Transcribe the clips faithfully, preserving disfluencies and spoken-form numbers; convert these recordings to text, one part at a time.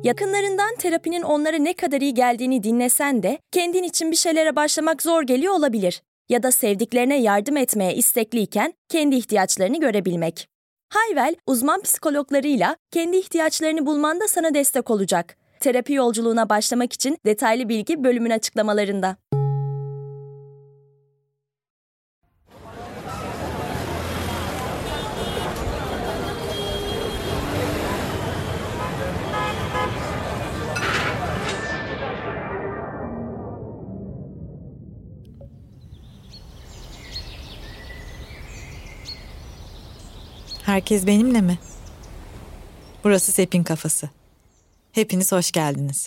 Yakınlarından terapinin onlara ne kadar iyi geldiğini dinlesen de kendin için bir şeylere başlamak zor geliyor olabilir. Ya da sevdiklerine yardım etmeye istekliyken kendi ihtiyaçlarını görebilmek. Hayvel, uzman psikologlarıyla kendi ihtiyaçlarını bulmanda sana destek olacak. Terapi yolculuğuna başlamak için detaylı bilgi bölümün açıklamalarında. Herkes benimle mi? Burası Sepin Kafası. Hepiniz hoş geldiniz.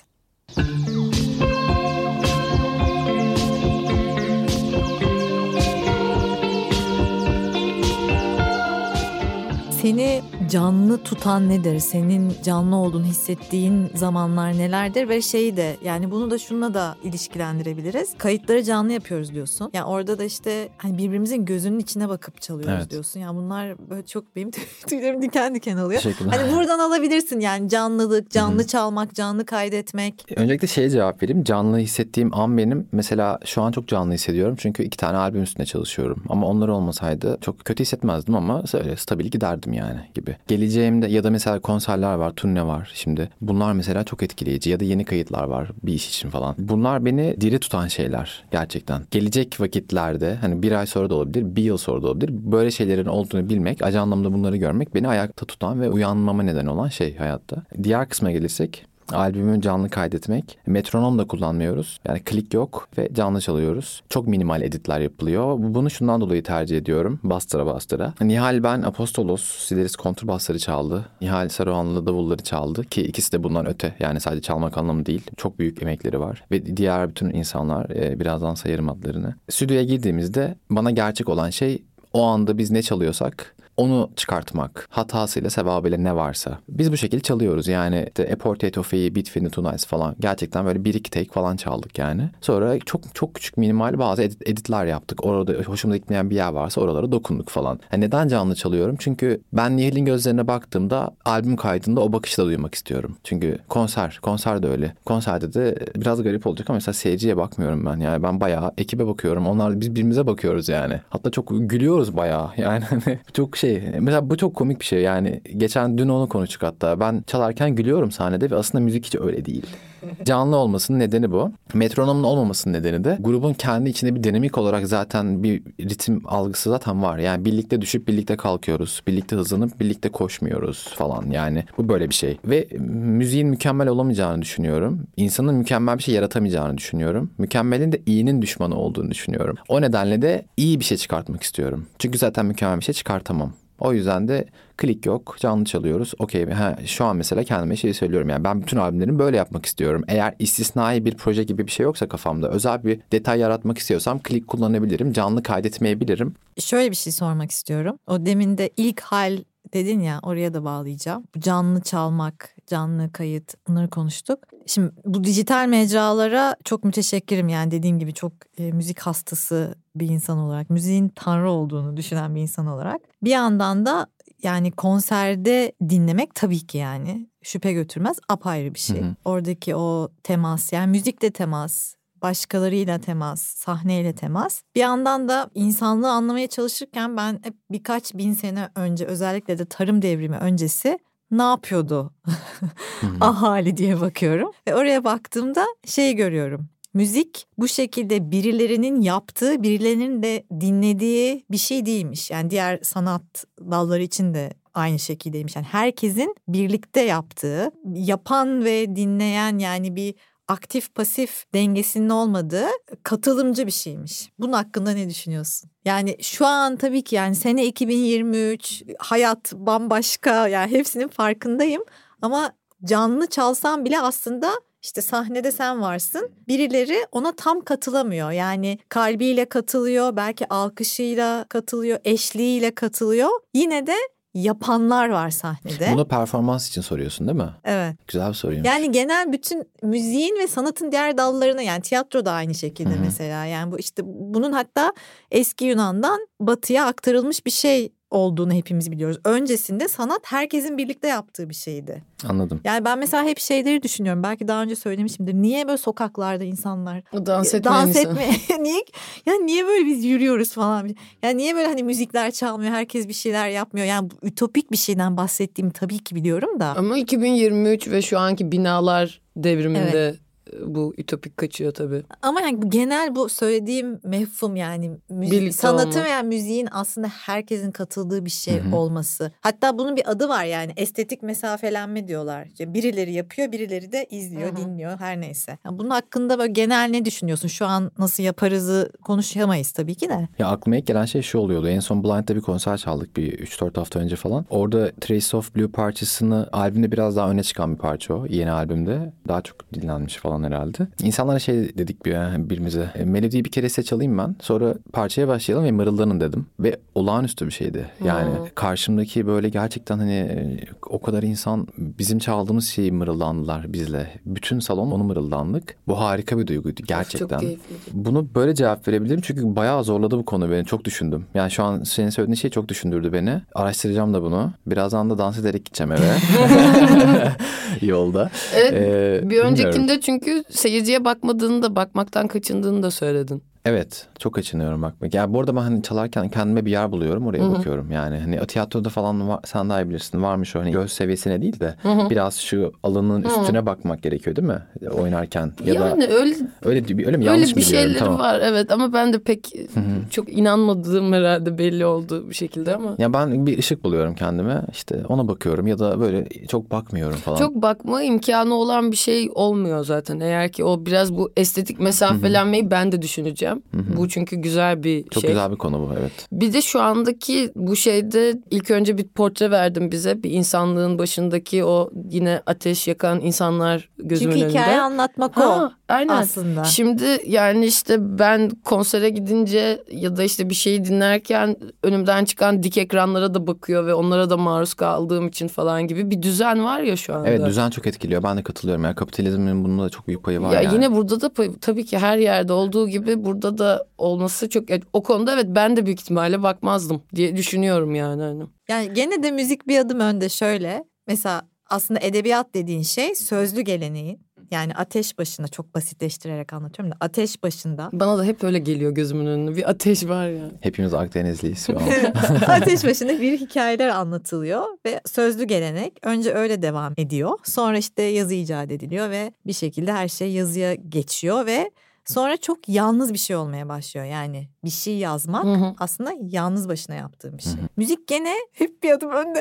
Seni canlı tutan nedir? Senin canlı olduğunu hissettiğin zamanlar nelerdir? Ve şeyi de, yani bunu da şununla da ilişkilendirebiliriz. Kayıtları canlı yapıyoruz diyorsun. Yani orada da işte hani birbirimizin gözünün içine bakıp çalıyoruz evet. diyorsun. Yani bunlar böyle çok benim tüylerim diken diken oluyor. Hani buradan alabilirsin yani canlılık, canlı Hı-hı. çalmak, canlı kaydetmek. Öncelikle şeye cevap vereyim. Canlı hissettiğim an benim. Mesela şu an çok canlı hissediyorum. Çünkü iki tane albüm üstünde çalışıyorum. Ama onlar olmasaydı çok kötü hissetmezdim ama öyle stabil giderdim yani gibi. Geleceğimde ya da mesela konserler var, turne var şimdi. Bunlar mesela çok etkileyici ya da yeni kayıtlar var bir iş için falan. Bunlar beni diri tutan şeyler gerçekten. Gelecek vakitlerde hani bir ay sonra da olabilir, bir yıl sonra da olabilir. Böyle şeylerin olduğunu bilmek, ajandamda bunları görmek beni ayakta tutan ve uyanmama neden olan şey hayatta. Diğer kısma gelirsek, albümü canlı kaydetmek. Metronom da kullanmıyoruz. Yani klik yok ve canlı çalıyoruz. Çok minimal editler yapılıyor. Bunu şundan dolayı tercih ediyorum. Bastıra bastıra. Nihal Ben Apostolos, Sideris kontrbasları çaldı. Nihal Saruhanlı davulları çaldı. Ki ikisi de bundan öte. Yani sadece çalmak anlamı değil. Çok büyük emekleri var. Ve diğer bütün insanlar, e, birazdan sayarım adlarını. Stüdyoya girdiğimizde bana gerçek olan şey o anda biz ne çalıyorsak onu çıkartmak. Hatasıyla, sevabıyla ne varsa. Biz bu şekilde çalıyoruz. Yani işte A Portrait of a Beat for Two Nights falan. Gerçekten böyle bir iki take falan çaldık yani. Sonra çok çok küçük minimal bazı edit, editler yaptık. Orada hoşumuza gitmeyen bir yer varsa oralara dokunduk falan. Yani neden canlı çalıyorum? Çünkü ben Nihal'in gözlerine baktığımda albüm kaydında o bakışı da duymak istiyorum. Çünkü konser, konser de öyle. Konserde de biraz garip olacak ama mesela seyirciye bakmıyorum ben. Yani ben bayağı ekibe bakıyorum. Onlar biz birbirimize bakıyoruz yani. Hatta çok gülüyoruz bayağı. Yani çok şey Şey, mesela bu çok komik bir şey yani geçen dün onu konuştuk hatta ben çalarken gülüyorum sahnede ve aslında müzik hiç öyle değil. Canlı olmasının nedeni bu. Metronomun olmamasının nedeni de grubun kendi içinde bir dinamik olarak zaten bir ritim algısı zaten var. Yani birlikte düşüp birlikte kalkıyoruz. Birlikte hızlanıp birlikte koşmuyoruz falan yani. Bu böyle bir şey. Ve müziğin mükemmel olamayacağını düşünüyorum. İnsanın mükemmel bir şey yaratamayacağını düşünüyorum. Mükemmelin de iyinin düşmanı olduğunu düşünüyorum. O nedenle de iyi bir şey çıkartmak istiyorum. Çünkü zaten mükemmel bir şey çıkartamam. O yüzden de klik yok, canlı çalıyoruz. Okey, şu an mesela kendime şey söylüyorum yani ben bütün albümlerimi böyle yapmak istiyorum. Eğer istisnai bir proje gibi bir şey yoksa kafamda özel bir detay yaratmak istiyorsam klik kullanabilirim, canlı kaydetmeyebilirim. Şöyle bir şey sormak istiyorum. O demin de ilk hal dedin ya, oraya da bağlayacağım. Canlı çalmak, canlı kayıt, bunları konuştuk. Şimdi bu dijital mecralara çok müteşekkirim yani dediğim gibi çok e, müzik hastası bir insan olarak, müziğin tanrı olduğunu düşünen bir insan olarak. Bir yandan da yani konserde dinlemek tabii ki yani şüphe götürmez apayrı bir şey. Hı hı. Oradaki o temas, yani müzikle temas, başkalarıyla temas, sahneyle temas. Bir yandan da insanlığı anlamaya çalışırken ben hep birkaç bin sene önce, özellikle de tarım devrimi öncesi ne yapıyordu ahali diye bakıyorum. Ve oraya baktığımda şey görüyorum. Müzik bu şekilde birilerinin yaptığı, birilerinin de dinlediği bir şey değilmiş. Yani diğer sanat dalları için de aynı şekildeymiş. Yani herkesin birlikte yaptığı, yapan ve dinleyen, yani bir aktif pasif dengesinin olmadığı katılımcı bir şeymiş. Bunun hakkında ne düşünüyorsun? Yani şu an tabii ki yani sene iki bin yirmi üç, hayat bambaşka, yani hepsinin farkındayım. Ama canlı çalsam bile aslında işte sahnede sen varsın. Birileri ona tam katılamıyor. Yani kalbiyle katılıyor, belki alkışıyla katılıyor, eşliğiyle katılıyor. Yine de yapanlar var sahnede. Bunu performans için soruyorsun değil mi? Evet. Güzel bir soruymuş. Yani genel bütün müziğin ve sanatın diğer dallarına, yani tiyatro da aynı şekilde Hı-hı. mesela. Yani bu işte bunun hatta eski Yunan'dan batıya aktarılmış bir şey olduğunu hepimiz biliyoruz. Öncesinde sanat herkesin birlikte yaptığı bir şeydi. Anladım. Yani ben mesela hep şeyleri düşünüyorum. Belki daha önce söylemişimdir. Niye böyle sokaklarda insanlar dans etmeyen dans insan. etme niye yani niye böyle biz yürüyoruz falan. Yani niye böyle hani müzikler çalmıyor, herkes bir şeyler yapmıyor. Yani bu ütopik bir şeyden bahsettiğimi tabii ki biliyorum da. Ama iki bin yirmi üç ve şu anki binalar devriminde evet. Bu ütopik kaçıyor tabii. Ama yani bu genel bu söylediğim mefhum yani müzik, sanatın veya müziğin aslında herkesin katıldığı bir şey Hı-hı. olması. Hatta bunun bir adı var yani estetik mesafelenme diyorlar. İşte birileri yapıyor, birileri de izliyor, Hı-hı. dinliyor her neyse. Yani bunun hakkında böyle genel ne düşünüyorsun? Şu an nasıl yaparızı konuşamayız tabii ki de. Ya aklıma ilk gelen şey şu oluyordu. En son Blind'de bir konser çaldık bir üç dört hafta önce falan. Orada Trace of Blue parçasını albümde biraz daha öne çıkan bir parça o. Yeni albümde daha çok dinlenmiş falan herhalde. İnsanlara şey dedik bir birbirimize. E, melodiyi bir kere size çalayım ben. Sonra parçaya başlayalım ve mırıldanın dedim. Ve olağanüstü bir şeydi. Yani hmm. karşımdaki böyle gerçekten hani o kadar insan bizim çaldığımız şeyi mırıldandılar bizle. Bütün salon onu mırıldandık. Bu harika bir duyguydu gerçekten. Çok keyifli. Bunu böyle cevap verebilirim çünkü bayağı zorladı bu konu beni. Çok düşündüm. Yani şu an senin söylediğin şey çok düşündürdü beni. Araştıracağım da bunu. Birazdan da dans ederek gideceğim eve. Yolda. Evet, ee, bir öncekinde bilmiyorum. Çünkü seyirciye bakmadığını da bakmaktan kaçındığını da söyledin. Evet, çok kaçınıyorum bakmak. Yani bu arada ben hani çalarken kendime bir yer buluyorum, oraya Hı-hı. bakıyorum. Yani hani tiyatroda falan var, sen daha iyi bilirsin, varmış o hani göz seviyesine değil de Hı-hı. biraz şu alanın Hı-hı. üstüne bakmak gerekiyor değil mi? Oynarken ya yani da öyle öyle öyle mi yanlış mı biliyorum? Öyle bir şeyleri tamam. var evet ama ben de pek Hı-hı. çok inanmadığım herhalde belli oldu bir şekilde ama. Ya ben bir ışık buluyorum kendime, işte ona bakıyorum ya da böyle çok bakmıyorum falan. Çok bakma imkanı olan bir şey olmuyor zaten. Eğer ki o biraz bu estetik mesafelenmeyi Hı-hı. ben de düşüneceğim. Hı-hı. Bu çünkü güzel bir Çok şey. Çok güzel bir konu bu, evet. Bir de şu andaki bu şeyde ilk önce bir portre verdim bize. Bir insanlığın başındaki o yine ateş yakan insanlar gözümün çünkü önünde. Çünkü hikaye anlatmak ha, o aynen. Aslında. Şimdi yani işte ben konsere gidince ya da işte bir şeyi dinlerken önümden çıkan dik ekranlara da bakıyor ve onlara da maruz kaldığım için falan gibi bir düzen var ya şu anda. Evet, düzen çok etkiliyor. Ben de katılıyorum. Yani kapitalizmin bunda da çok büyük payı var ya yani. Yine burada da pay, tabii ki her yerde olduğu gibi burada da olması çok... O konuda evet ben de büyük ihtimalle bakmazdım diye düşünüyorum yani. Hani. Yani gene de müzik bir adım önde şöyle. Mesela aslında edebiyat dediğin şey sözlü geleneği. Yani ateş başında, çok basitleştirerek anlatıyorum da ateş başında. Bana da hep öyle geliyor gözümün önüne. Bir ateş var ya. Hepimiz Akdenizliyiz şu an. Ateş başında bir hikayeler anlatılıyor ve sözlü gelenek önce öyle devam ediyor. Sonra işte yazı icat ediliyor ve bir şekilde her şey yazıya geçiyor ve sonra çok yalnız bir şey olmaya başlıyor. Yani bir şey yazmak hı hı. aslında yalnız başına yaptığım bir şey. Hı hı. Müzik gene hep bir adım önde.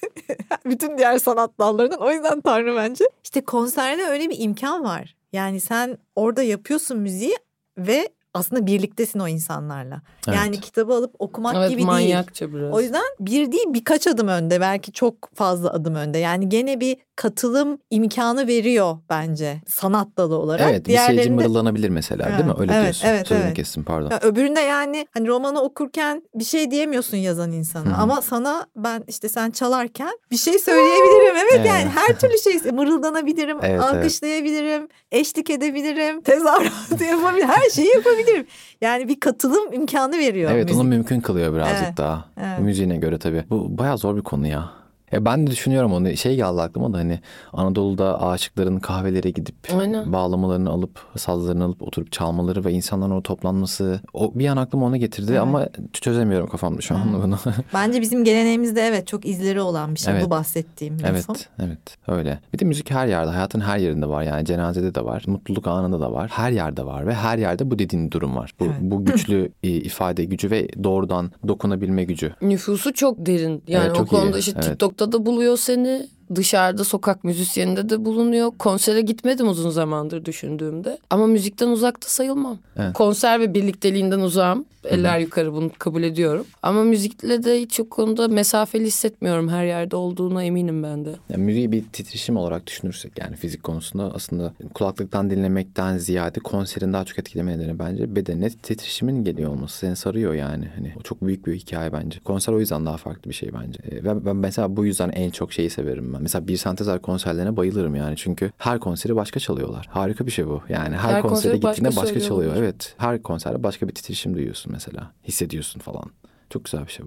Bütün diğer sanat dallarından, o yüzden Tanrı bence. İşte konserde öyle bir imkan var. Yani sen orada yapıyorsun müziği ve aslında birliktesin o insanlarla. Evet. Yani kitabı alıp okumak evet, gibi değil. Manyakça biraz. O yüzden bir değil birkaç adım önde, belki çok fazla adım önde. Yani gene bir katılım imkanı veriyor bence sanat dalı olarak. Evet, bir seyirci mırıldanabilir mesela evet, değil mi? Öyle evet, diyorsun. Evet, Sözünü evet. kestim pardon. Ya öbüründe yani hani romanı okurken bir şey diyemiyorsun yazan insana. Hı-hı. Ama sana ben işte sen çalarken bir şey söyleyebilirim. Evet, evet. Yani her türlü şey, mırıldanabilirim, evet, alkışlayabilirim, evet. eşlik edebilirim, tezahürat yapabilirim, her şeyi yapabilirim. Yani bir katılım imkanı veriyor. Evet, müzik. onu mümkün kılıyor birazcık evet, daha. Evet. Müziğine göre tabii. Bu bayağı zor bir konu ya. Ya ben de düşünüyorum onu. Şey geldi aklıma da hani Anadolu'da aşıkların kahvelere gidip Aynen. bağlamalarını alıp, sazlarını alıp oturup çalmaları ve insanların orada toplanması. O bir an aklıma onu getirdi evet. ama çözemiyorum kafamda şu an evet. bunu. Bence bizim geleneğimizde evet çok izleri olan bir şey evet. bu bahsettiğim. Evet, lafım. evet öyle. Bir de müzik her yerde, hayatın her yerinde var yani, cenazede de var, mutluluk anında da var. Her yerde var ve her yerde bu dediğin durum var. Bu, evet. bu güçlü ifade gücü ve doğrudan dokunabilme gücü. Nüfusu çok derin. Yani evet, çok o konuda iyi. işte evet. TikTok'ta da buluyor seni. Dışarıda sokak müzisyeninde de bulunuyor. Konsere gitmedim uzun zamandır düşündüğümde. Ama müzikten uzakta sayılmam. Evet. Konser ve birlikteliğinden uzağım. Eller Hı-hı. yukarı, bunu kabul ediyorum. Ama müzikle de hiç o konuda mesafeli hissetmiyorum. Her yerde olduğuna eminim ben de. Yani müziği bir titreşim olarak düşünürsek yani fizik konusunda aslında kulaklıktan dinlemekten ziyade konserin daha çok etkileme nedeni bence bedenine titreşimin geliyor olması. Seni sarıyor yani. Hani o çok büyük bir hikaye bence. Konser o yüzden daha farklı bir şey bence. Ve ben mesela bu yüzden en çok şeyi severim ben. Mesela Bir Sentezer konserlerine bayılırım yani. Çünkü her konseri başka çalıyorlar. Harika bir şey bu. Yani her, her konsere gittiğinde başka, başka çalıyor. Evet. Her konserde başka bir titreşim duyuyorsun mesela. Hissediyorsun falan. Çok güzel bir şey bu.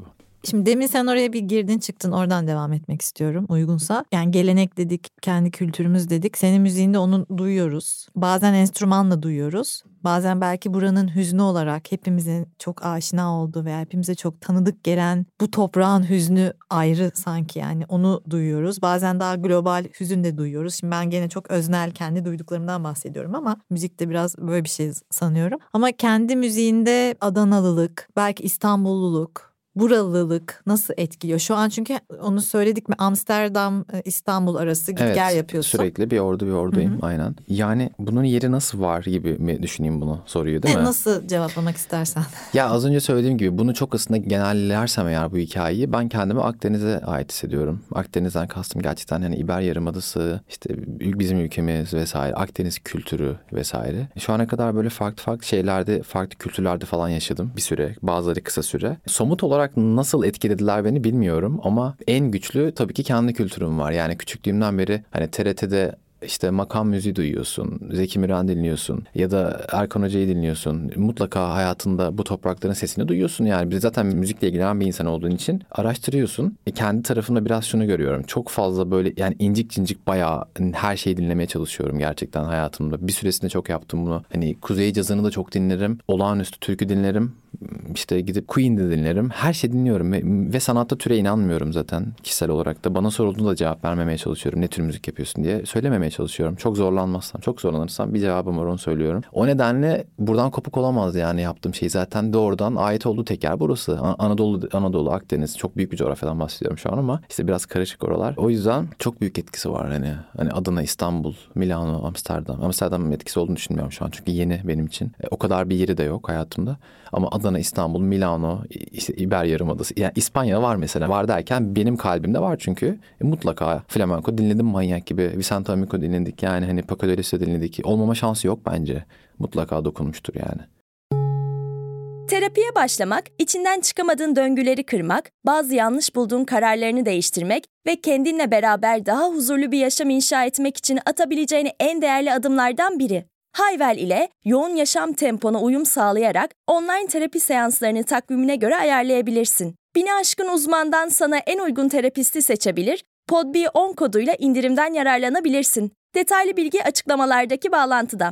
Şimdi demin sen oraya bir girdin çıktın, oradan devam etmek istiyorum uygunsa. Yani gelenek dedik, kendi kültürümüz dedik. Senin müziğinde onu duyuyoruz. Bazen enstrümanla duyuyoruz. Bazen belki buranın hüznü olarak hepimizin çok aşina olduğu veya hepimize çok tanıdık gelen bu toprağın hüznü ayrı sanki, yani onu duyuyoruz. Bazen daha global hüzün de duyuyoruz. Şimdi ben gene çok öznel kendi duyduklarımdan bahsediyorum ama müzikte biraz böyle bir şey sanıyorum. Ama kendi müziğinde Adanalılık, belki İstanbulluluk, buralılık nasıl etkiliyor? Şu an çünkü onu söyledik mi, Amsterdam İstanbul arası git evet, gel yapıyorsun. Sürekli bir ordu bir orduyum. Hı-hı. Aynen. Yani bunun yeri nasıl var gibi mi düşüneyim bunu soruyu, değil e, mi? Nasıl cevaplamak istersen. Ya az önce söylediğim gibi bunu çok aslında genellersem eğer bu hikayeyi, ben kendimi Akdeniz'e ait hissediyorum. Akdeniz'den kastım gerçekten hani İber Yarımadası, işte bizim ülkemiz vesaire, Akdeniz kültürü vesaire. Şu ana kadar böyle farklı farklı şeylerde, farklı kültürlerde falan yaşadım bir süre. Bazıları kısa süre. Somut olarak nasıl etkilediler beni bilmiyorum ama en güçlü tabii ki kendi kültürüm var. Yani küçüklüğümden beri hani T R T'de işte makam müziği duyuyorsun, Zeki Müren dinliyorsun ya da Erkan Hoca'yı dinliyorsun. Mutlaka hayatında bu toprakların sesini duyuyorsun yani. Bir zaten müzikle ilgilenen bir insan olduğun için araştırıyorsun. E kendi tarafımda biraz şunu görüyorum. Çok fazla böyle yani incik cincik bayağı her şeyi dinlemeye çalışıyorum gerçekten hayatımda. Bir süresinde çok yaptım bunu. Hani Kuzey cazını da çok dinlerim. Olağanüstü türkü dinlerim. İşte gidip Queen'de dinlerim. Her şey dinliyorum ve, ve sanatta türe inanmıyorum zaten kişisel olarak da. Bana sorulduğunda da cevap vermemeye çalışıyorum. Ne tür müzik yapıyorsun diye söylememeye çalışıyorum. Çok zorlanmazsam, çok zorlanırsam bir cevabım var, onu söylüyorum. O nedenle buradan kopuk olamaz yani yaptığım şey. Zaten doğrudan ait olduğu tek yer burası. Anadolu, Anadolu, Akdeniz, çok büyük bir coğrafyadan bahsediyorum şu an ama işte biraz karışık oralar. O yüzden çok büyük etkisi var hani. Hani Adana, İstanbul, Milano, Amsterdam. Amsterdam'ın etkisi olduğunu düşünmüyorum şu an çünkü yeni benim için. E, o kadar bir yeri de yok hayatımda. Ama Adana, İstanbul, Milano, işte İber Yarımadası, yani İspanya var mesela. Var derken benim kalbimde var çünkü. E, mutlaka flamenco dinledim manyak gibi. Vicente Amico dinledik yani, hani Paco de Lucia dinledik. Olmama şansı yok bence. Mutlaka dokunmuştur yani. Terapiye başlamak, içinden çıkamadığın döngüleri kırmak, bazı yanlış bulduğun kararlarını değiştirmek ve kendinle beraber daha huzurlu bir yaşam inşa etmek için atabileceğin en değerli adımlardan biri. Hayvel ile yoğun yaşam tempona uyum sağlayarak online terapi seanslarını takvimine göre ayarlayabilirsin. Bini aşkın uzmandan sana en uygun terapisti seçebilir, Podbi on koduyla indirimden yararlanabilirsin. Detaylı bilgi açıklamalardaki bağlantıda.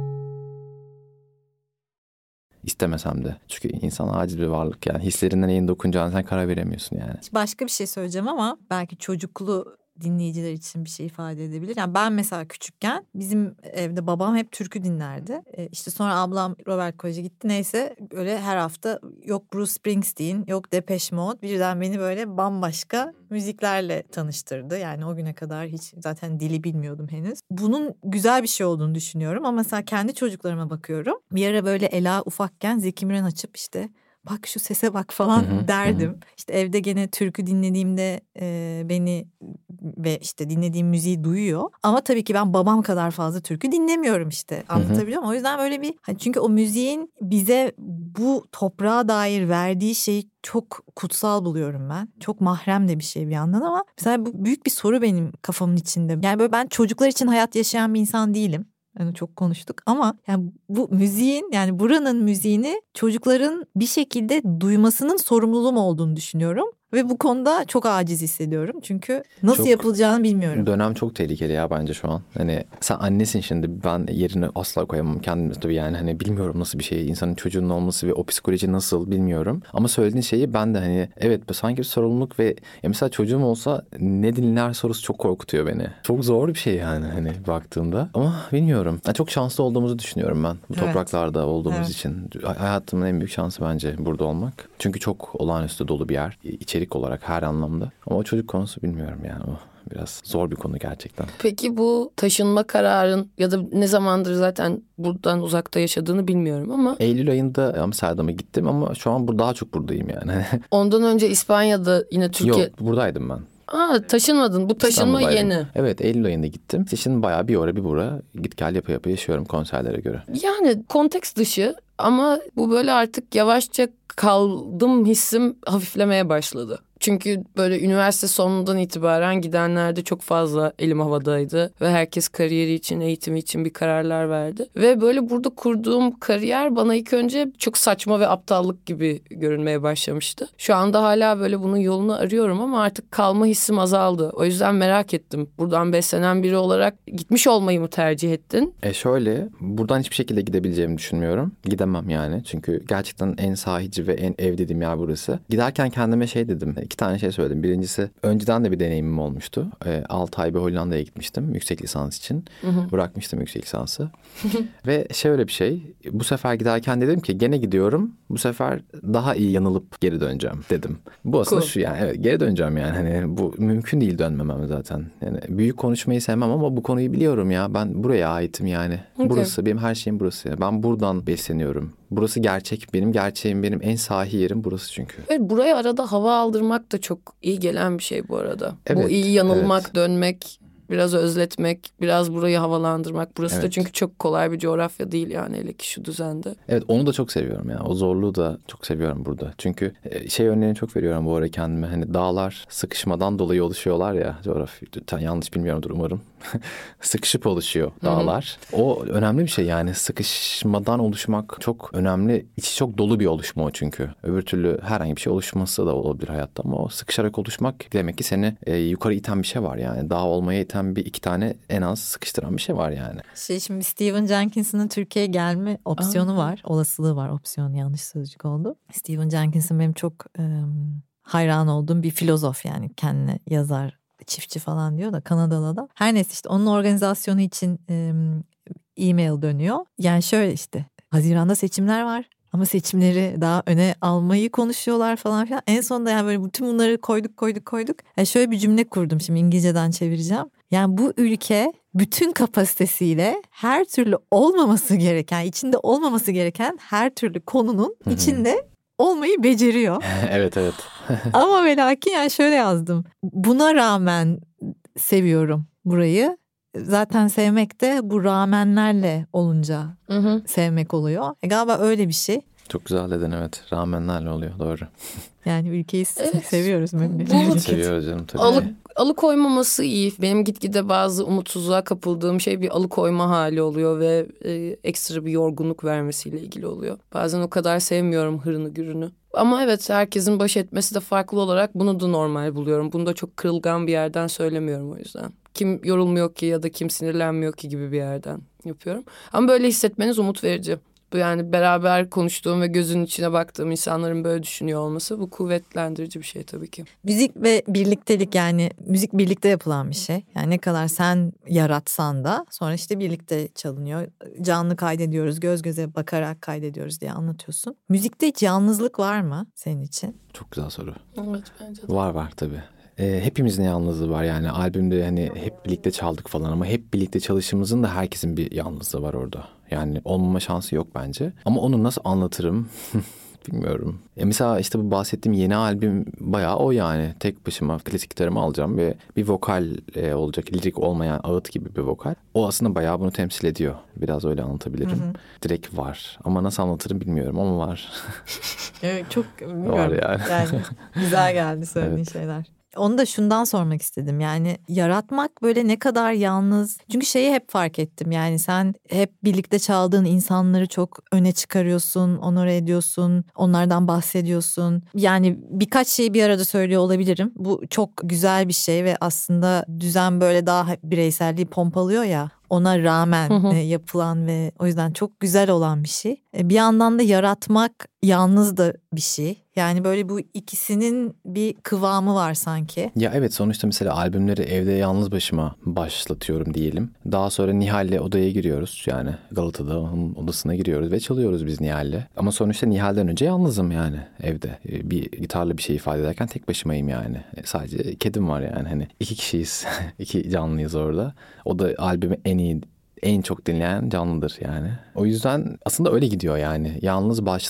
İstemesem de. Çünkü insan aciz bir varlık yani. Hislerinden neyin dokunacağını sen karar veremiyorsun yani. Başka bir şey söyleyeceğim ama belki çocuklu dinleyiciler için bir şey ifade edebilir. Yani ben mesela küçükken bizim evde babam hep türkü dinlerdi. E işte sonra ablam Robert Kolej'e gitti. Neyse böyle her hafta yok Bruce Springsteen, yok Depeche Mode. Birden beni böyle bambaşka müziklerle tanıştırdı. Yani o güne kadar hiç zaten dili bilmiyordum henüz. Bunun güzel bir şey olduğunu düşünüyorum ama mesela kendi çocuklarıma bakıyorum. Bir ara böyle Ela ufakken Zeki Müren açıp işte bak şu sese bak falan hı hı, derdim. Hı. İşte evde gene türkü dinlediğimde e, beni ve işte dinlediğim müziği duyuyor. Ama tabii ki ben babam kadar fazla türkü dinlemiyorum işte. Anlatabiliyor muyum? O yüzden böyle bir hani çünkü o müziğin bize bu toprağa dair verdiği şeyi çok kutsal buluyorum ben. Çok mahrem de bir şey bir yandan ama mesela bu büyük bir soru benim kafamın içinde. Yani böyle ben çocuklar için hayat yaşayan bir insan değilim. Yani çok konuştuk ama yani bu müziğin, yani buranın müziğini çocukların bir şekilde duymasının sorumluluğum olduğunu düşünüyorum. Ve bu konuda çok aciz hissediyorum. Çünkü nasıl çok, yapılacağını bilmiyorum. Dönem çok tehlikeli ya bence şu an. Hani sen annesin şimdi, ben yerini asla koyamam kendime tabii yani. Hani bilmiyorum nasıl bir şey. İnsanın çocuğunun olması ve o psikoloji nasıl bilmiyorum. Ama söylediğin şeyi ben de hani evet sanki bir sorumluluk ve ya mesela çocuğum olsa ne dinler sorusu çok korkutuyor beni. Çok zor bir şey yani hani baktığımda. Ama bilmiyorum. Yani çok şanslı olduğumuzu düşünüyorum ben. Bu evet. topraklarda olduğumuz evet. için. Hayatımın en büyük şansı bence burada olmak. Çünkü çok olağanüstü dolu bir yer. İçerik olarak her anlamda. Ama o çocuk konusu bilmiyorum yani. O biraz zor bir konu gerçekten. Peki bu taşınma kararın ya da ne zamandır zaten buradan uzakta yaşadığını bilmiyorum ama. Eylül ayında Amsterdam'a gittim ama şu an daha çok buradayım yani. Ondan önce İspanya'da yine Türkiye. Yok, buradaydım ben. Aa, taşınmadın. Bu taşınma yeni. Evet, Eylül ayında gittim. Şimdi bayağı bir oraya bir bura git gel yapa yapa yaşıyorum konserlere göre. Yani konteks dışı ama bu böyle artık yavaşça kaldım hissim hafiflemeye başladı. Çünkü böyle üniversite sonundan itibaren gidenlerde çok fazla elim havadaydı. Ve herkes kariyeri için, eğitimi için bir kararlar verdi. Ve böyle burada kurduğum kariyer bana ilk önce çok saçma ve aptallık gibi görünmeye başlamıştı. Şu anda hala böyle bunun yolunu arıyorum ama artık kalma hissim azaldı. O yüzden merak ettim. Buradan beslenen biri olarak gitmiş olmayı mı tercih ettin? E şöyle, buradan hiçbir şekilde gidebileceğimi düşünmüyorum. Gidemem yani. Çünkü gerçekten en sahici ve en ev dediğim yer burası. Giderken kendime şey dedim. İki tane şey söyledim. Birincisi, önceden de bir deneyimim olmuştu. E, altı ay bir Hollanda'ya gitmiştim yüksek lisans için. Hı hı. Bırakmıştım yüksek lisansı. Ve şöyle bir şey. Bu sefer giderken dedim ki gene gidiyorum. Bu sefer daha iyi yanılıp geri döneceğim dedim. Bu aslında cool. Şu yani evet, geri döneceğim yani. Hani bu mümkün değil dönmemem zaten. Yani büyük konuşmayı sevmem ama bu konuyu biliyorum ya. Ben buraya aitim yani. Okay. Burası benim her şeyim burası. Ben buradan besleniyorum. Burası gerçek. Benim gerçeğim, benim en sahi yerim burası çünkü. Evet, buraya arada hava aldırmak da çok iyi gelen bir şey bu arada. Evet, bu iyi yanılmak, evet. Dönmek, biraz özletmek, biraz burayı havalandırmak. Burası evet. Da çünkü çok kolay bir coğrafya değil yani, hele ki şu düzende. Evet, onu da çok seviyorum ya. O zorluğu da çok seviyorum burada. Çünkü şey örneğini çok veriyorum bu ara kendime. Hani dağlar sıkışmadan dolayı oluşuyorlar ya coğrafya. Yanlış bilmiyorumdur umarım. Sıkışıp oluşuyor dağlar. Hı-hı. O önemli bir şey yani. Sıkışmadan oluşmak çok önemli. İçi çok dolu bir oluşma o çünkü. Öbür türlü herhangi bir şey oluşması da olabilir hayatta ama o sıkışarak oluşmak demek ki seni e, yukarı iten bir şey var yani. Dağ olmaya iten bir iki tane en az sıkıştıran bir şey var yani. Şey, şimdi Stephen Jenkins'in Türkiye'ye gelme opsiyonu Aa. var. Olasılığı var. Opsiyon yanlış sözcük oldu. Stephen Jenkins'in benim çok e, hayran olduğum bir filozof yani. Kendine yazar, çiftçi falan diyor da Kanadalı adam. Her neyse işte onun organizasyonu için e, e-mail dönüyor. Yani şöyle işte Haziran'da seçimler var. Ama seçimleri daha öne almayı konuşuyorlar falan filan. En sonunda yani böyle bütün bunları koyduk koyduk koyduk. Yani şöyle bir cümle kurdum, şimdi İngilizceden çevireceğim. Yani bu ülke bütün kapasitesiyle her türlü olmaması gereken, içinde olmaması gereken her türlü konunun içinde olmayı beceriyor. Evet evet. Ama ve lakin yani şöyle yazdım. Buna rağmen seviyorum burayı. Zaten sevmek de bu rağmenlerle olunca hı hı. sevmek oluyor. E galiba öyle bir şey. Çok güzel dedin, evet. Rağmenlerle oluyor, doğru. Yani ülkeyi evet. seviyoruz. Seviyoruz canım tabii. Alı, alıkoymaması iyi. Benim gitgide bazı umutsuzluğa kapıldığım şey bir alıkoyma hali oluyor ve e, ekstra bir yorgunluk vermesiyle ilgili oluyor. Bazen o kadar sevmiyorum hırını gürünü. Ama evet, herkesin baş etmesi de farklı olarak bunu da normal buluyorum. Bunu da çok kırılgan bir yerden söylemiyorum o yüzden. Kim yorulmuyor ki ya da kim sinirlenmiyor ki gibi bir yerden yapıyorum. Ama böyle hissetmeniz umut verici. Bu yani beraber konuştuğum ve gözünün içine baktığım insanların böyle düşünüyor olması, bu kuvvetlendirici bir şey tabii ki. Müzik ve birliktelik, yani müzik birlikte yapılan bir şey. Yani ne kadar sen yaratsan da sonra işte birlikte çalınıyor. Canlı kaydediyoruz, göz göze bakarak kaydediyoruz diye anlatıyorsun. Müzikte hiç yalnızlık var mı senin için? Çok güzel soru. Evet, bence de. Var var tabii. E, hepimizin yalnızlığı var yani, albümde hani hep birlikte çaldık falan ama hep birlikte çalışımızın da herkesin bir yalnızlığı var orada. Yani olmama şansı yok bence. Ama onu nasıl anlatırım bilmiyorum. E mesela işte bu bahsettiğim yeni albüm bayağı o yani. Tek başıma klasik gitarımı alacağım ve bir vokal e, olacak. Lirik olmayan ağıt gibi bir vokal. O aslında bayağı bunu temsil ediyor. Biraz öyle anlatabilirim. Hı hı. Direkt var. Ama nasıl anlatırım bilmiyorum ama var. Evet, çok bilmiyorum. Var yani. Yani güzel geldi söylediğin evet. şeyler. Onu da şundan sormak istedim. Yani yaratmak böyle ne kadar yalnız. Çünkü şeyi hep fark ettim. Yani sen hep birlikte çaldığın insanları çok öne çıkarıyorsun, onore ediyorsun, onlardan bahsediyorsun. Yani birkaç şeyi bir arada söylüyor olabilirim. Bu çok güzel bir şey ve aslında düzen böyle daha bireyselliği pompalıyor ya. Ona rağmen hı hı. yapılan ve o yüzden çok güzel olan bir şey. Bir yandan da yaratmak yalnız da bir şey. Yani böyle bu ikisinin bir kıvamı var sanki. Ya evet, sonuçta mesela albümleri evde yalnız başıma başlatıyorum diyelim. Daha sonra Nihal'le odaya giriyoruz. Yani Galata'da onun odasına giriyoruz ve çalıyoruz biz Nihal'le. Ama sonuçta Nihal'den önce yalnızım yani evde. Bir gitarla bir şey ifade ederken tek başımayım yani. Sadece kedim var yani. Hani iki kişiyiz. iki canlıyız orada. O da albümü en iyi, en çok dinleyen canlıdır yani. O yüzden aslında öyle gidiyor yani. Yalnız başlayıp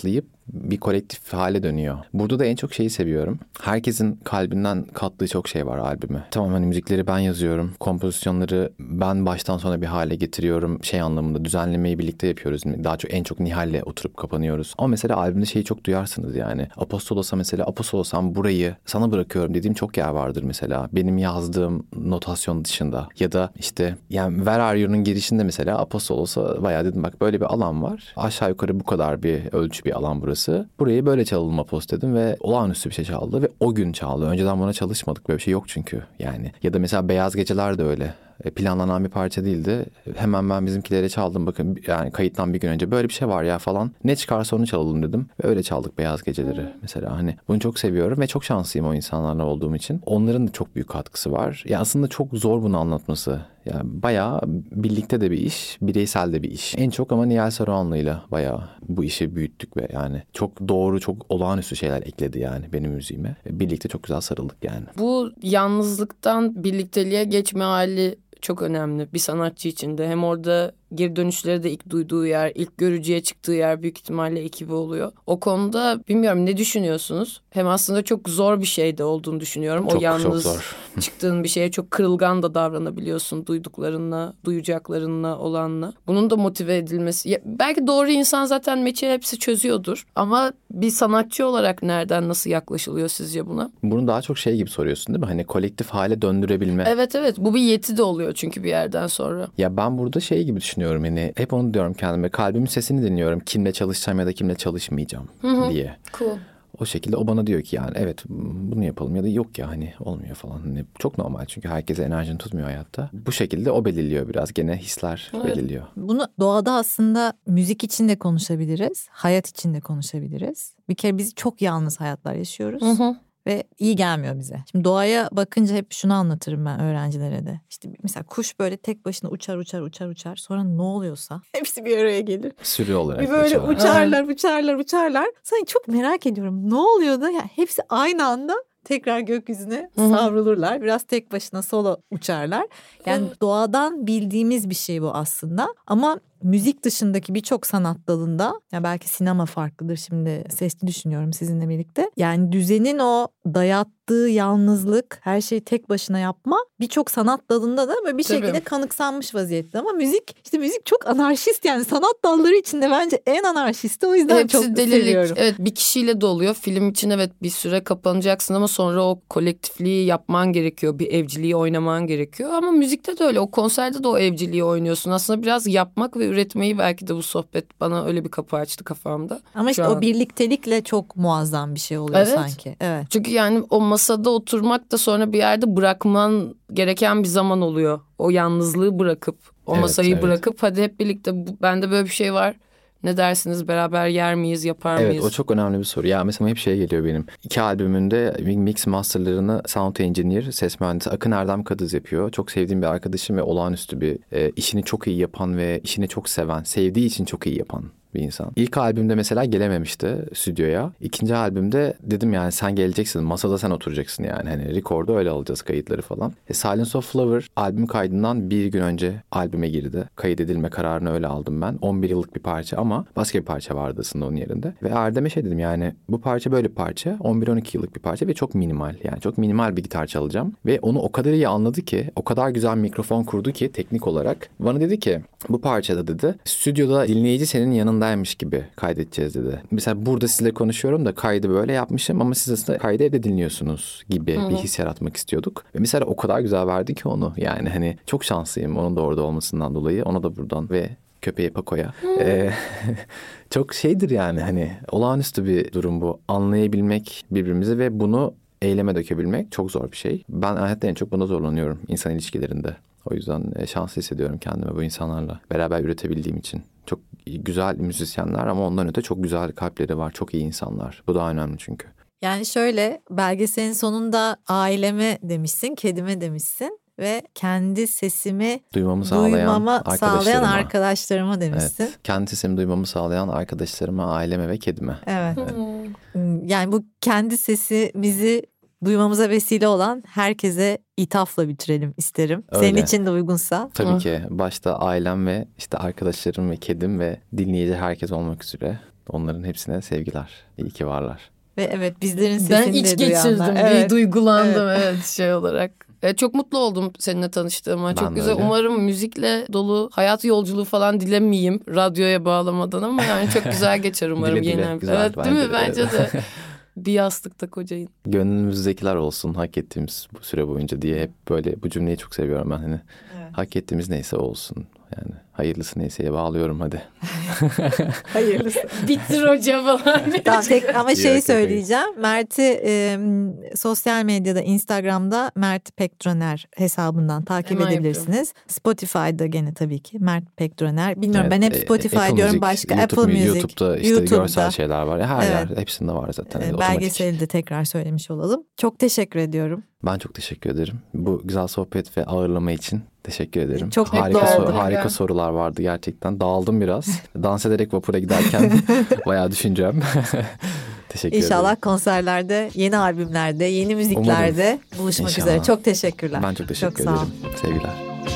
bir kolektif hale dönüyor. Burada da en çok şeyi seviyorum. Herkesin kalbinden kattığı çok şey var albüme. Tamam hani müzikleri ben yazıyorum. Kompozisyonları ben baştan sona bir hale getiriyorum. Şey anlamında düzenlemeyi birlikte yapıyoruz. Daha çok en çok Nihal'le oturup kapanıyoruz. Ama mesela albümde şeyi çok duyarsınız yani. Apostolos'a mesela Apostolos'tan burayı sana bırakıyorum dediğim çok yer vardır mesela. Benim yazdığım notasyon dışında. Ya da işte yani Where Are You'nun girişinde mesela Apostolos'a bayağı dedim bak böyle bir alan var. Aşağı yukarı bu kadar bir ölçü bir alan burası. Burayı böyle çalalım Apost dedim ve olağanüstü bir şey çaldı ve o gün çaldı. Önceden buna çalışmadık. Böyle bir şey yok çünkü yani. Ya da mesela Beyaz Geceler de öyle. Planlanan bir parça değildi. Hemen ben bizimkilere çaldım bakın yani kayıttan bir gün önce böyle bir şey var ya falan. Ne çıkarsa onu çalalım dedim. Ve öyle çaldık Beyaz Geceleri hmm. mesela. Hani bunu çok seviyorum ve çok şanslıyım o insanlarla olduğum için. Onların da çok büyük katkısı var. Ya aslında çok zor bunu anlatması. Yani bayağı birlikte de bir iş, bireysel de bir iş. En çok ama Nihal Saruhanlı'yla bayağı bu işi büyüttük ve yani çok doğru, çok olağanüstü şeyler ekledi yani benim müziğime. Birlikte çok güzel sarıldık yani. Bu yalnızlıktan birlikteliğe geçme hali çok önemli bir sanatçı için de. Hem orada geri dönüşleri de ilk duyduğu yer, ilk görücüye çıktığı yer büyük ihtimalle ekibi oluyor. O konuda bilmiyorum ne düşünüyorsunuz? Hem aslında çok zor bir şey de olduğunu düşünüyorum. Çok, o yalnız çok zor. çıktığın bir şeye çok kırılgan da davranabiliyorsun duyduklarınla, duyacaklarınla, olanla. Bunun da motive edilmesi. Ya, belki doğru insan zaten meçe hepsi çözüyordur. Ama bir sanatçı olarak nereden nasıl yaklaşılıyor sizce buna? Bunu daha çok şey gibi soruyorsun değil mi? Hani kolektif hale döndürebilme. Evet evet bu bir yeti de oluyor çünkü bir yerden sonra. Ya ben burada şey gibi düşünüyorum. Yani hep onu diyorum kendime. Kalbimin sesini dinliyorum. Kimle çalışacağım ya da kimle çalışmayacağım Hı-hı. diye. Cool. O şekilde o bana diyor ki yani evet bunu yapalım ya da yok ya hani olmuyor falan. Hani çok normal çünkü herkese enerjini tutmuyor hayatta. Bu şekilde o belirliyor biraz. Gene hisler evet. belirliyor. Bunu doğada aslında müzik için de konuşabiliriz. Hayat için de konuşabiliriz. Bir kere biz çok yalnız hayatlar yaşıyoruz. Hı hı. Ve iyi gelmiyor bize. Şimdi doğaya bakınca hep şunu anlatırım ben öğrencilere de. İşte mesela kuş böyle tek başına uçar uçar uçar uçar. Sonra ne oluyorsa hepsi bir araya gelir. Sürü olarak bir böyle uçarlar uçarlar uçarlar uçarlar. Sonra çok merak ediyorum ne oluyor da ya hepsi aynı anda tekrar gökyüzüne Hı-hı. savrulurlar. Biraz tek başına solo uçarlar. Yani Hı-hı. doğadan bildiğimiz bir şey bu aslında. Ama müzik dışındaki birçok sanat dalında ya belki sinema farklıdır şimdi sesli düşünüyorum sizinle birlikte. Yani düzenin o dayattığı yalnızlık her şeyi tek başına yapma birçok sanat dalında da böyle bir Tabii. şekilde kanıksanmış vaziyette. Ama müzik işte müzik çok anarşist yani sanat dalları içinde bence en anarşisti o yüzden Hepsi çok delilik. seviyorum. Evet bir kişiyle doluyor film için evet bir süre kapanacaksın ama sonra o kolektifliği yapman gerekiyor. Bir evciliği oynaman gerekiyor ama müzikte de öyle o konserde de o evciliği oynuyorsun. Aslında biraz yapmak ve üretmeyi belki de bu sohbet bana öyle bir kapı açtı kafamda. Ama işte Şu o an. birliktelikle çok muazzam bir şey oluyor evet. sanki. Evet. Çünkü yani o masada oturmak da sonra bir yerde bırakman gereken bir zaman oluyor. O yalnızlığı bırakıp, o evet, masayı evet. bırakıp hadi hep birlikte bende böyle bir şey var. Ne dersiniz beraber yer miyiz yapar evet, mıyız? Evet o çok önemli bir soru. Ya mesela hep şey geliyor benim. İki albümünde mix masterlarını sound engineer, ses mühendisi Akın Erdem Kadız yapıyor. Çok sevdiğim bir arkadaşım ve olağanüstü bir e, işini çok iyi yapan ve işini çok seven, sevdiği için çok iyi yapan bir insan. İlk albümde mesela gelememişti stüdyoya. İkinci albümde dedim yani sen geleceksin. Masada sen oturacaksın yani. Hani record'u öyle alacağız kayıtları falan. E, Silence of Flower albüm kaydından bir gün önce albüme girdi. Kaydedilme kararını öyle aldım ben. on bir yıllık bir parça ama başka bir parça vardı aslında onun yerinde. Ve Erdem'e şey dedim yani bu parça böyle bir parça. on bir on iki yıllık bir parça ve çok minimal. Yani çok minimal bir gitar çalacağım. Ve onu o kadar iyi anladı ki, o kadar güzel mikrofon kurdu ki teknik olarak. Bana dedi ki bu parçada dedi stüdyoda dinleyici senin yanında daymış gibi kaydedeceğiz dedi. Mesela burada sizle konuşuyorum da kaydı böyle yapmışım ama siz aslında kaydı evde dinliyorsunuz gibi Hı-hı. bir his yaratmak istiyorduk. Ve mesela o kadar güzel verdi ki onu. Yani hani çok şanslıyım onun da orada olmasından dolayı. Ona da buradan ve köpeğe Pako'ya. Ee, çok şeydir yani hani olağanüstü bir durum bu. Anlayabilmek birbirimizi ve bunu eyleme dökebilmek çok zor bir şey. Ben hayatta en çok buna zorlanıyorum insan ilişkilerinde. O yüzden şanslı hissediyorum kendimi bu insanlarla beraber üretebildiğim için. Çok güzel müzisyenler ama ondan öte çok güzel kalpleri var. Çok iyi insanlar. Bu daha önemli çünkü. Yani şöyle belgeselin sonunda aileme demişsin, kedime demişsin ve kendi sesimi duymamı sağlayan, duymama arkadaşlarıma. sağlayan arkadaşlarıma demişsin. Evet, kendi sesimi duymamı sağlayan arkadaşlarıma, aileme ve kedime. Evet. evet. Yani bu kendi sesimizi duymamıza vesile olan herkese ithafla bitirelim isterim. Öyle. Senin için de uygunsa. Tabii Hı. ki. Başta ailem ve işte arkadaşlarım ve kedim ve dinleyici herkes olmak üzere Onların hepsine sevgiler. İyi ki varlar. Ve evet bizlerin sesini ben iç de duyanlar. geçirdim. Evet. Bir duygulandım evet, evet şey olarak. Evet, çok mutlu oldum seninle tanıştığıma. Ben çok güzel. Öyle. Umarım müzikle dolu hayat yolculuğu falan dilemeyeyim radyoya bağlamadan ama yani çok güzel geçer umarım. Dile dile, yeni. güzel, evet değil mi? de, Bence de. Bir yastıkta kocayın. Gönlümüzdekiler olsun hak ettiğimiz bu süre boyunca diye hep böyle bu cümleyi çok seviyorum ben. Hani evet. Hak ettiğimiz neyse olsun. Yani hayırlısı neyseye bağlıyorum hadi. Hayırlısı. Bitir hoca falan. Tamam, tek, ama şey söyleyeceğim. Mert'i e, sosyal medyada Instagram'da Mert Pektroner hesabından takip Hemen edebilirsiniz. Yapıyorum. Spotify'da gene tabii ki Mert Pektroner. Bilmiyorum evet, ben hep Spotify Apple diyorum Music, başka YouTube, Apple Music. YouTube'da işte YouTube'da. Görsel şeyler var. Her evet. yer hepsinde var zaten. E, belgeseli de tekrar söylemiş olalım. Çok teşekkür ediyorum. Ben çok teşekkür ederim. Bu güzel sohbet ve ağırlama için teşekkür ederim. Çok harika sor- harika ya. sorular vardı gerçekten. Dağıldım biraz. Dans ederek vapura giderken bayağı düşüneceğim. Teşekkür İnşallah ederim. İnşallah konserlerde, yeni albümlerde, yeni müziklerde Umarım. buluşmak İnşallah. üzere. Çok teşekkürler. Ben çok teşekkür çok ederim. Sevgiler.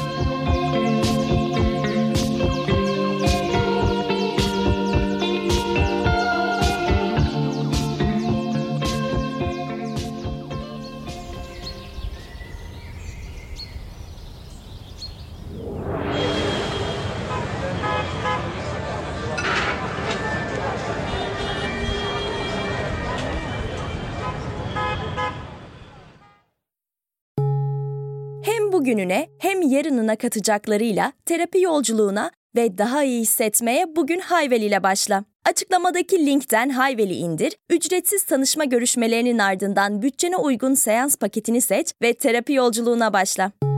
Bugününe hem yarınına katacaklarıyla terapi yolculuğuna ve daha iyi hissetmeye bugün Hayvel ile başla. Açıklamadaki linkten Hayvel'i indir, ücretsiz tanışma görüşmelerinin ardından bütçene uygun seans paketini seç ve terapi yolculuğuna başla.